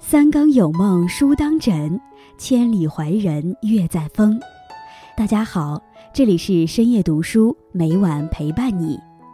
三更有梦书当枕，千里怀人月在风。大家好，这里是深夜读书，每晚陪伴你。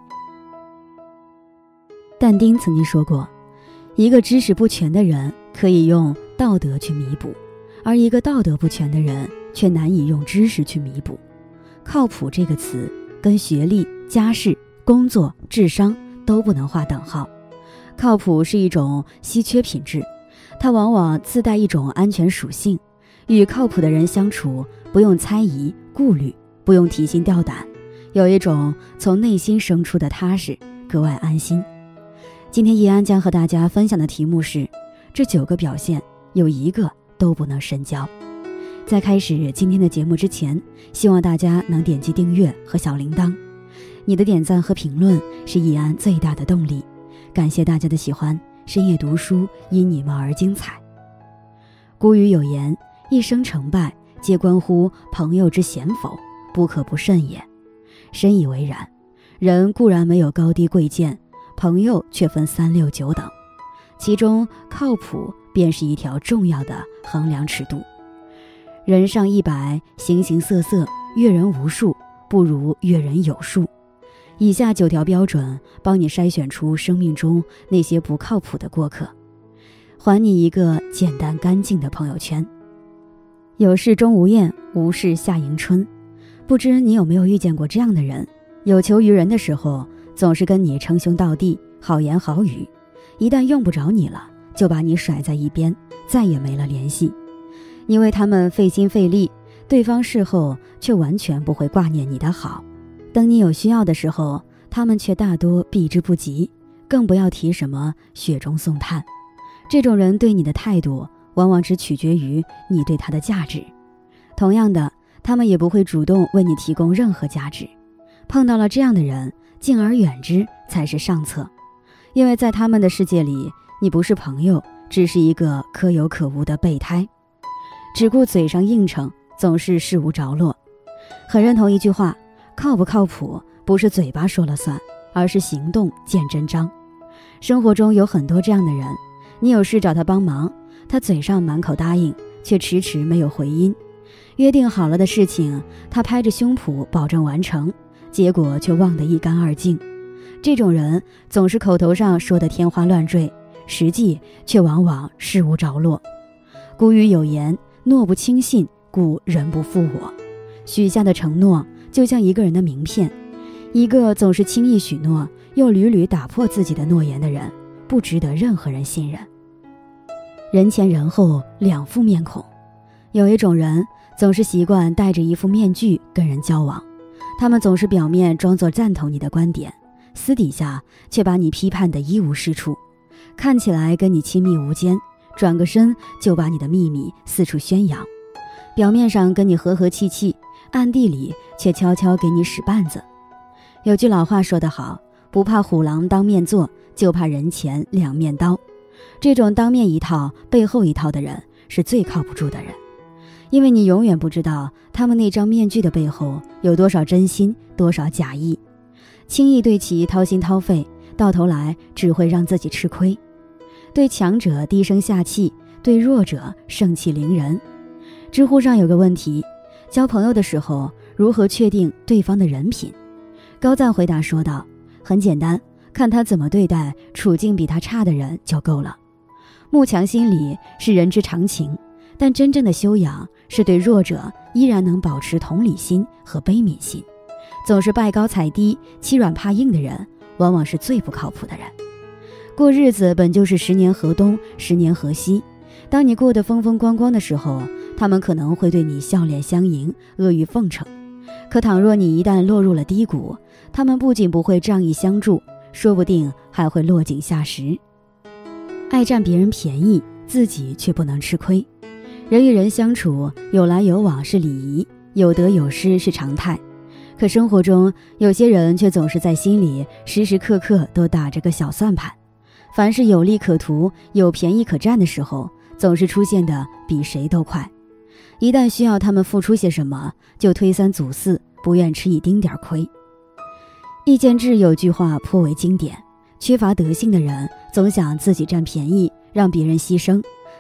但丁曾经说过，一个知识不全的人可以用道德去弥补，而一个道德不全的人却难以用知识去弥补。靠谱这个词跟学历、家世、工作、智商都不能画等号。靠谱是一种稀缺品质，它往往自带一种安全属性。与靠谱的人相处，不用猜疑、顾虑，不用提心吊胆，有一种从内心生出的踏实，格外安心。今天易安将和大家分享的题目是：这9个表现有1个都不能深交。在开始今天的节目之前，希望大家能点击订阅和小铃铛，你的点赞和评论是易安最大的动力。感谢大家的喜欢，深夜读书因你们而精彩。古语有言，一生成败皆关乎朋友之贤否，不可不慎也。深以为然。人固然没有高低贵贱，朋友却分3、6、9等，其中靠谱便是一条重要的衡量尺度。人上100，形形色色，阅人无数，不如阅人有数。以下9条标准帮你筛选出生命中那些不靠谱的过客，还你一个简单干净的朋友圈。有事钟无艳，无事夏迎春。不知你有没有遇见过这样的人，有求于人的时候总是跟你称兄道弟，好言好语，一旦用不着你了，就把你甩在一边，再也没了联系。因为他们费心费力，对方事后却完全不会挂念你的好，等你有需要的时候，他们却大多避之不及，更不要提什么雪中送炭。这种人对你的态度往往只取决于你对他的价值，同样的，他们也不会主动为你提供任何价值。碰到了这样的人，敬而远之才是上策，因为在他们的世界里，你不是朋友，只是一个可有可无的备胎。只顾嘴上应承，总是事无着落。很认同一句话，靠不靠谱不是嘴巴说了算，而是行动见真章。生活中有很多这样的人，你有事找他帮忙，他嘴上满口答应，却迟迟没有回音。约定好了的事情，他拍着胸脯保证完成，结果却忘得一干二净。这种人总是口头上说的天花乱坠，实际却往往事无着落。古语有言，诺不轻信，故人不负我。许下的承诺就像一个人的名片，一个总是轻易许诺又屡屡打破自己的诺言的人，不值得任何人信任。人前人后两副面孔。有一种人总是习惯戴着一副面具跟人交往，他们总是表面装作赞同你的观点，私底下却把你批判得一无是处，看起来跟你亲密无间，转个身就把你的秘密四处宣扬。表面上跟你和和气气，暗地里却悄悄给你使绊子。有句老话说得好，不怕虎狼当面做，就怕人前两面刀。这种当面一套背后一套的人是最靠不住的人，因为你永远不知道他们那张面具的背后有多少真心，多少假意。轻易对其掏心掏肺，到头来只会让自己吃亏。对强者低声下气，对弱者盛气凌人。知乎上有个问题，交朋友的时候如何确定对方的人品？高赞回答说道，很简单，看他怎么对待处境比他差的人就够了。慕强心理是人之常情，但真正的修养是对弱者依然能保持同理心和悲悯心。总是拜高踩低、欺软怕硬的人，往往是最不靠谱的人。过日子本就是10年河东10年河西，当你过得风风光光的时候，他们可能会对你笑脸相迎，阿谀奉承。可倘若你一旦落入了低谷，他们不仅不会仗义相助，说不定还会落井下石。爱占别人便宜，自己却不能吃亏。人与人相处，有来有往是礼仪，有得有失是常态。可生活中有些人却总是在心里时时刻刻都打着个小算盘，凡是有利可图、有便宜可占的时候，总是出现的比谁都快。一旦需要他们付出些什么，就推三阻四，不愿吃一丁点亏。易建志有句话颇为经典，缺乏德性的人总想自己占便宜，让别人牺牲，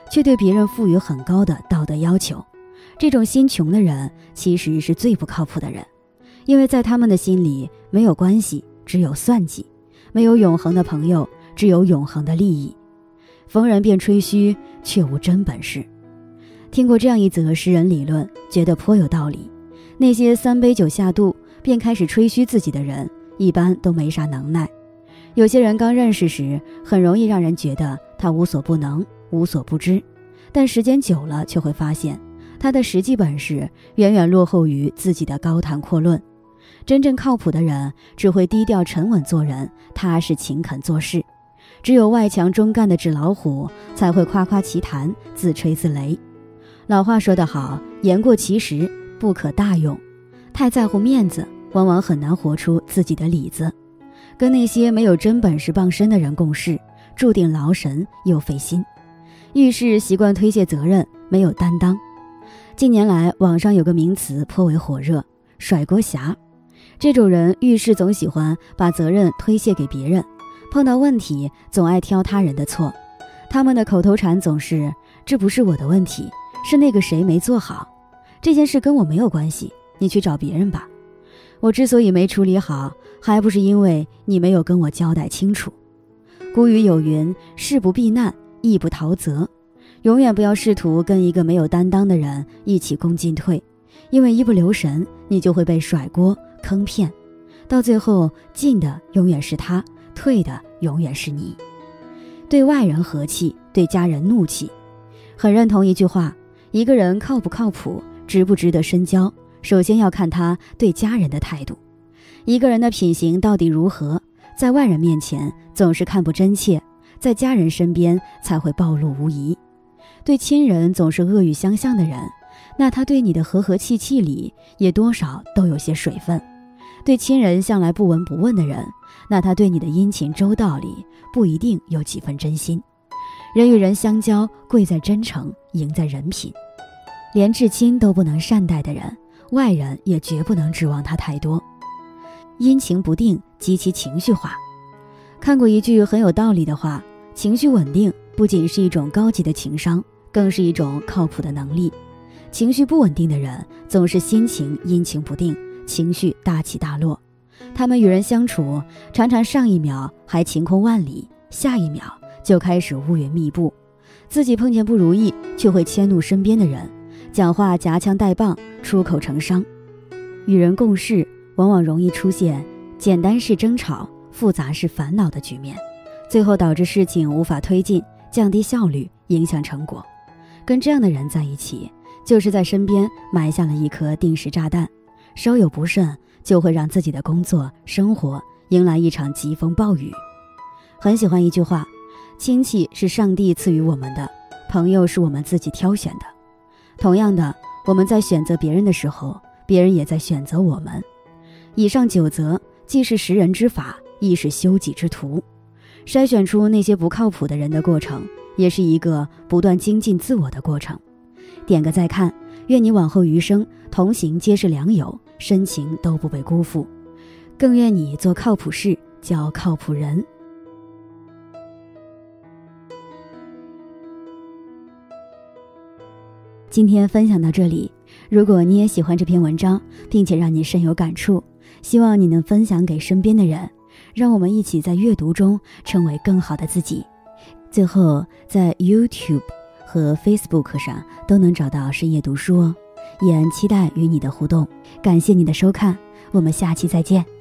却对别人赋予很高的道德要求。这种心穷的人其实是最不靠谱的人，因为在他们的心里，没有关系，只有算计；没有永恒的朋友，只有永恒的利益。逢人便吹嘘，却无真本事。听过这样一则诗人理论，觉得颇有道理。那些3杯酒下肚便开始吹嘘自己的人，一般都没啥能耐。有些人刚认识时，很容易让人觉得他无所不能，无所不知，但时间久了却会发现，他的实际本事远远落后于自己的高谈阔论。真正靠谱的人只会低调沉稳做人，踏实勤恳做事。只有外强中干的纸老虎才会夸夸其谈，自吹自擂。老话说得好，言过其实，不可大用。太在乎面子，往往很难活出自己的里子。跟那些没有真本事傍身的人共事，注定劳神又费心。遇事习惯推卸责任，没有担当。近年来网上有个名词颇为火热，甩锅侠。这种人遇事总喜欢把责任推卸给别人，碰到问题总爱挑他人的错。他们的口头禅总是，这不是我的问题，是那个谁没做好，这件事跟我没有关系，你去找别人吧。我之所以没处理好，还不是因为你没有跟我交代清楚。古语有云，事不避难，义不逃责。永远不要试图跟一个没有担当的人一起共进退，因为一不留神，你就会被甩锅坑骗，到最后进的永远是他，退的永远是你。对外人和气，对家人怒气。很认同一句话，一个人靠不靠谱，值不值得深交，首先要看他对家人的态度。一个人的品行到底如何，在外人面前总是看不真切，在家人身边才会暴露无遗。对亲人总是恶语相向的人，那他对你的和和气气里也多少都有些水分。对亲人向来不闻不问的人，那他对你的殷勤周到里不一定有几分真心。人与人相交，贵在真诚，赢在人品。连至亲都不能善待的人，外人也绝不能指望他太多。阴晴不定，极其情绪化。看过一句很有道理的话，情绪稳定不仅是一种高级的情商，更是一种靠谱的能力。情绪不稳定的人总是心情阴晴不定，情绪大起大落。他们与人相处，常常上一秒还晴空万里，下一秒就开始乌云密布。自己碰见不如意，却会迁怒身边的人，讲话夹枪带棒，出口成伤。与人共事往往容易出现简单是争吵，复杂是烦恼的局面，最后导致事情无法推进，降低效率，影响成果。跟这样的人在一起，就是在身边埋下了一颗定时炸弹，稍有不慎就会让自己的工作生活迎来一场疾风暴雨。很喜欢一句话，亲戚是上帝赐予我们的，朋友是我们自己挑选的。同样的，我们在选择别人的时候，别人也在选择我们。以上9则既是识人之法，亦是修己之途。筛选出那些不靠谱的人的过程，也是一个不断精进自我的过程。点个再看，愿你往后余生同行皆是良友，深情都不被辜负。更愿你做靠谱事，交靠谱人。今天分享到这里，如果你也喜欢这篇文章，并且让你深有感触，希望你能分享给身边的人，让我们一起在阅读中成为更好的自己。最后，在 YouTube 和 Facebook 上都能找到深夜读书哦，也期待与你的互动。感谢你的收看，我们下期再见。